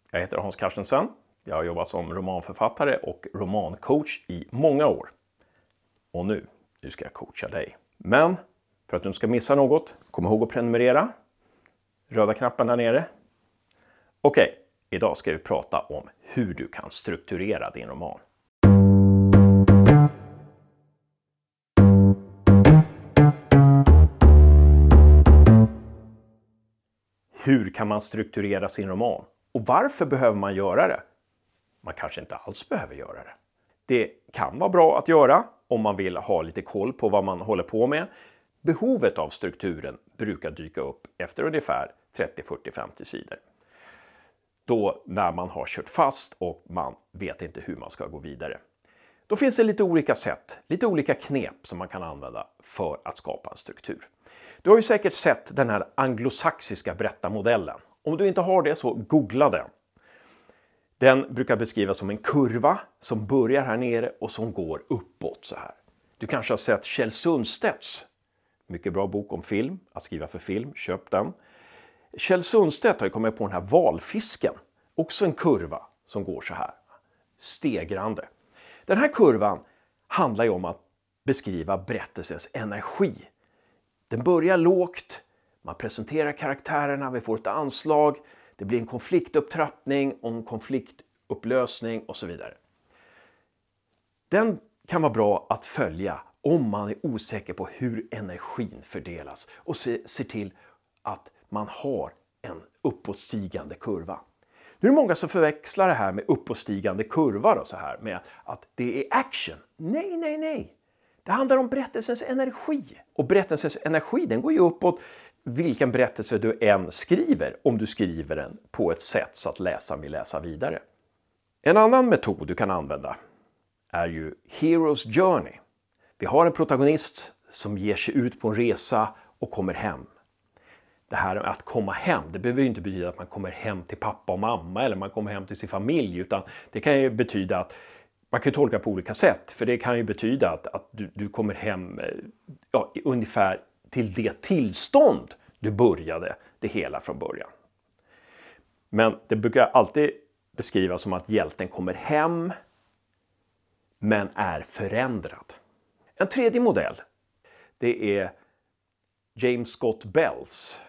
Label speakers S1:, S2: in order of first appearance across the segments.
S1: Jag heter Hans Carstensen. Jag har jobbat som romanförfattare och romancoach i många år. Och nu ska jag coacha dig. Men för att du inte ska missa något, kom ihåg att prenumerera. Röda knappen där nere. Okej, idag ska vi prata om hur du kan strukturera din roman. Hur kan man strukturera sin roman? Och varför behöver man göra det? Man kanske inte alls behöver göra det. Det kan vara bra att göra om man vill ha lite koll på vad man håller på med. Behovet av strukturen brukar dyka upp efter ungefär 30, 40, 50 sidor. Då när man har kört fast och man vet inte hur man ska gå vidare. Då finns det lite olika sätt, lite olika knep som man kan använda för att skapa en struktur. Du har ju säkert sett den här anglosaxiska berättarmodellen. Om du inte har det så googla den. Den brukar beskrivas som en kurva som börjar här nere och som går uppåt så här. Du kanske har sett Kjell Sundstedts mycket bra bok om film, att skriva för film, köp den. Kjell Sundstedt har ju kommit på den här valfisken, också en kurva som går så här, stegrande. Den här kurvan handlar ju om att beskriva berättelsens energi. Den börjar lågt, man presenterar karaktärerna, vi får ett anslag, det blir en konfliktupptrappning och en konfliktupplösning och så vidare. Den kan vara bra att följa om man är osäker på hur energin fördelas och ser till att man har en uppåtstigande kurva. Nu är det många som förväxlar det här med uppåtstigande kurva då, så här, med att det är action. Nej. Det handlar om berättelsens energi. Och berättelsens energi, den går ju uppåt vilken berättelse du än skriver, om du skriver den på ett sätt så att läsaren vill läsa vidare. En annan metod du kan använda är ju Hero's Journey. Vi har en protagonist som ger sig ut på en resa och kommer hem. Det här med att komma hem, det behöver ju inte betyda att man kommer hem till pappa och mamma eller man kommer hem till sin familj, utan det kan ju betyda att man kan tolka på olika sätt, för det kan ju betyda att du kommer hem ungefär till det tillstånd du började det hela från början. Men det brukar alltid beskrivas som att hjälten kommer hem men är förändrad. En tredje modell, det är James Scott Bells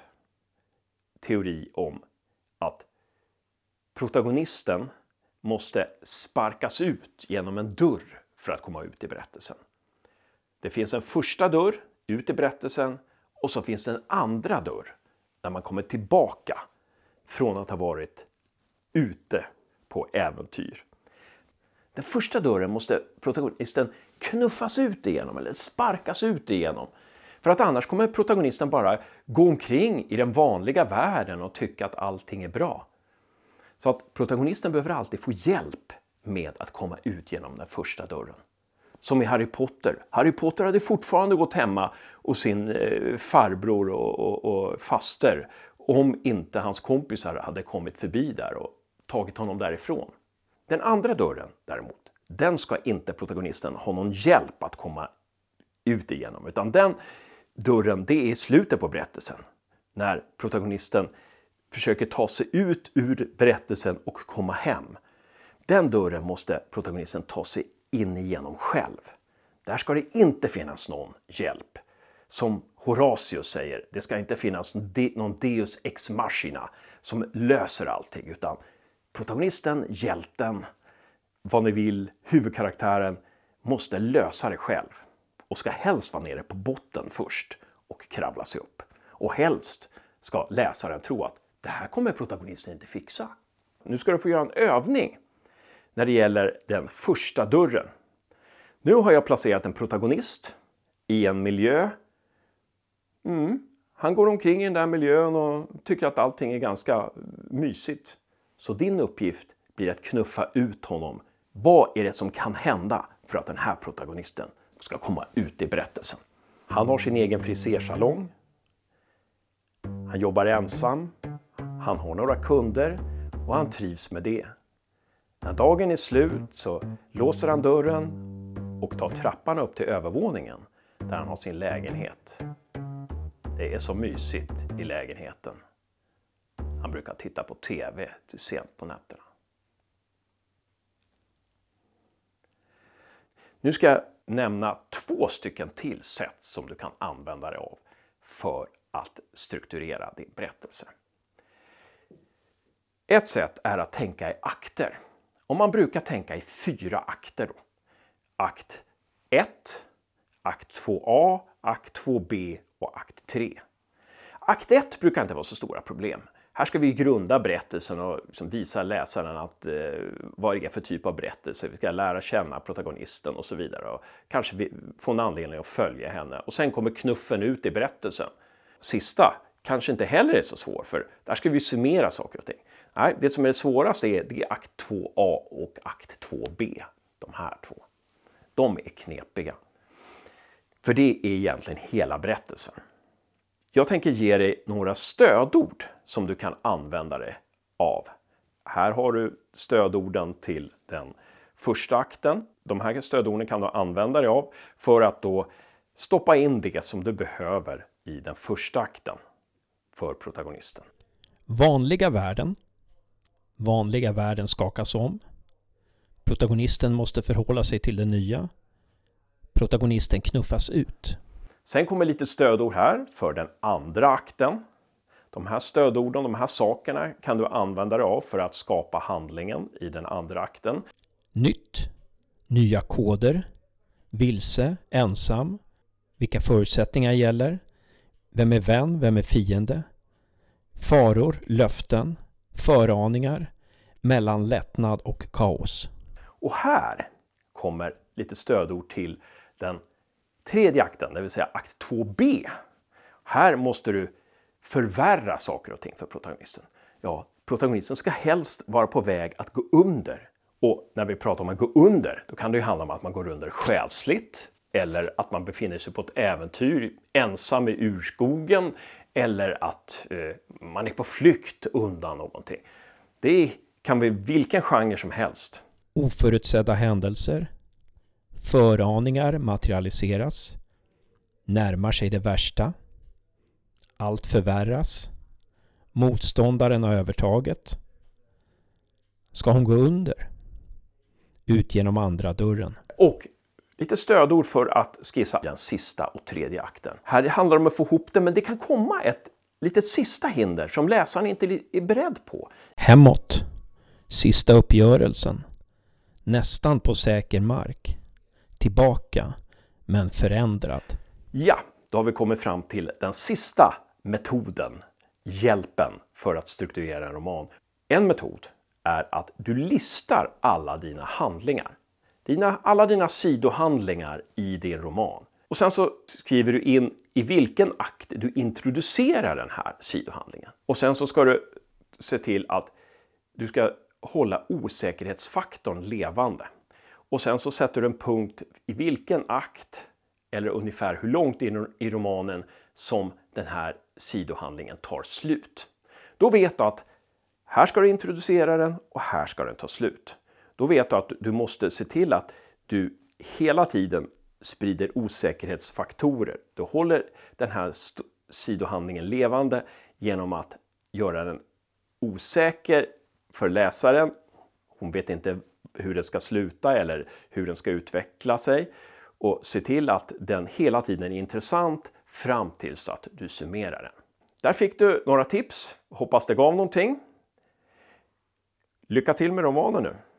S1: teori om att protagonisten måste sparkas ut genom en dörr för att komma ut i berättelsen. Det finns en första dörr ut i berättelsen och så finns det en andra dörr när man kommer tillbaka från att ha varit ute på äventyr. Den första dörren måste protagonisten knuffas ut igenom eller sparkas ut igenom. För att annars kommer protagonisten bara gå omkring i den vanliga världen och tycka att allting är bra. Så att protagonisten behöver alltid få hjälp med att komma ut genom den första dörren. Som i Harry Potter. Harry Potter hade fortfarande gått hemma hos sin farbror och faster om inte hans kompisar hade kommit förbi där och tagit honom därifrån. Den andra dörren däremot, den ska inte protagonisten ha någon hjälp att komma ut igenom. Utan den dörren, det är i slutet på berättelsen. När protagonisten försöker ta sig ut ur berättelsen och komma hem. Den dörren måste protagonisten ta sig in igenom själv. Där ska det inte finnas någon hjälp. Som Horatius säger, det ska inte finnas någon deus ex machina som löser allting. Utan protagonisten, hjälten, vad ni vill, huvudkaraktären måste lösa det själv. Och ska helst vara nere på botten först och kravla sig upp. Och helst ska läsaren tro att det här kommer protagonisten inte fixa. Nu ska du få göra en övning när det gäller den första dörren. Nu har jag placerat en protagonist i en miljö. Han går omkring i den där miljön och tycker att allting är ganska mysigt. Så din uppgift blir att knuffa ut honom. Vad är det som kan hända för att den här protagonisten ska komma ut i berättelsen? Han har sin egen frisersalong. Han jobbar ensam. Han har några kunder och han trivs med det. När dagen är slut så låser han dörren och tar trappan upp till övervåningen där han har sin lägenhet. Det är så mysigt i lägenheten. Han brukar titta på tv till sent på nätterna. Nu ska jag nämna 2 stycken till sätt som du kan använda dig av för att strukturera din berättelse. Ett sätt är att tänka i akter. Om man brukar tänka i 4 akter då. Akt 1, akt 2a, akt 2b och akt 3. Akt 1 brukar inte vara så stora problem. Här ska vi grunda berättelsen och liksom visa läsaren att vad det är för typ av berättelse. Vi ska lära känna protagonisten och så vidare. Och kanske vi får en anledning att följa henne. Och sen kommer knuffen ut i berättelsen. Sista kanske inte heller är så svår, för där ska vi summera saker och ting. Nej, det som är det svåraste är akt 2a och akt 2b. De här 2. De är knepiga. För det är egentligen hela berättelsen. Jag tänker ge dig några stödord som du kan använda dig av. Här har du stödorden till den första akten. De här stödorden kan du använda dig av för att då stoppa in det som du behöver i den första akten för protagonisten.
S2: Vanliga världen. Vanliga världen skakas om. Protagonisten måste förhålla sig till det nya. Protagonisten knuffas ut.
S1: Sen kommer lite stödord här för den andra akten. De här stödorden, de här sakerna kan du använda dig av för att skapa handlingen i den andra akten.
S2: Nytt. Nya koder. Vilse. Ensam. Vilka förutsättningar gäller. Vem är vän? Vem är fiende? Faror. Löften. Föraningar. Mellan lättnad och kaos.
S1: Och här kommer lite stödord till den tredje akten, det vill säga akt 2b. Här måste du förvärra saker och ting för protagonisten. Ja, protagonisten ska helst vara på väg att gå under. Och när vi pratar om att gå under, då kan det ju handla om att man går under själsligt. Eller att man befinner sig på ett äventyr ensam i urskogen. Eller att man är på flykt undan någonting. Det kan bli vilken genre som helst.
S2: Oförutsedda händelser. Föraningar materialiseras. Närmar sig det värsta. Allt förvärras. Motståndaren har övertaget. Ska hon gå under? Ut genom andra dörren.
S1: Och lite stödord för att skissa den sista och tredje akten. Här handlar det om att få ihop det, men det kan komma ett litet sista hinder som läsaren inte är beredd på.
S2: Hemåt. Sista uppgörelsen. Nästan på säker mark. Tillbaka, men förändrad.
S1: Ja, då har vi kommit fram till den sista metoden, hjälpen för att strukturera en roman. En metod är att du listar alla dina handlingar. Alla dina sidohandlingar i din roman. Och sen så skriver du in i vilken akt du introducerar den här sidohandlingen. Och sen så ska du se till att du ska hålla osäkerhetsfaktorn levande. Och sen så sätter du en punkt i vilken akt eller ungefär hur långt i romanen som den här sidohandlingen tar slut. Då vet du att här ska du introducera den och här ska den ta slut. Då vet du att du måste se till att du hela tiden sprider osäkerhetsfaktorer. Du håller den här sidohandlingen levande genom att göra den osäker för läsaren. Hon vet inte hur det ska sluta eller hur den ska utveckla sig. Och se till att den hela tiden är intressant fram tills att du summerar den. Där fick du några tips. Hoppas det gav någonting. Lycka till med romanen nu!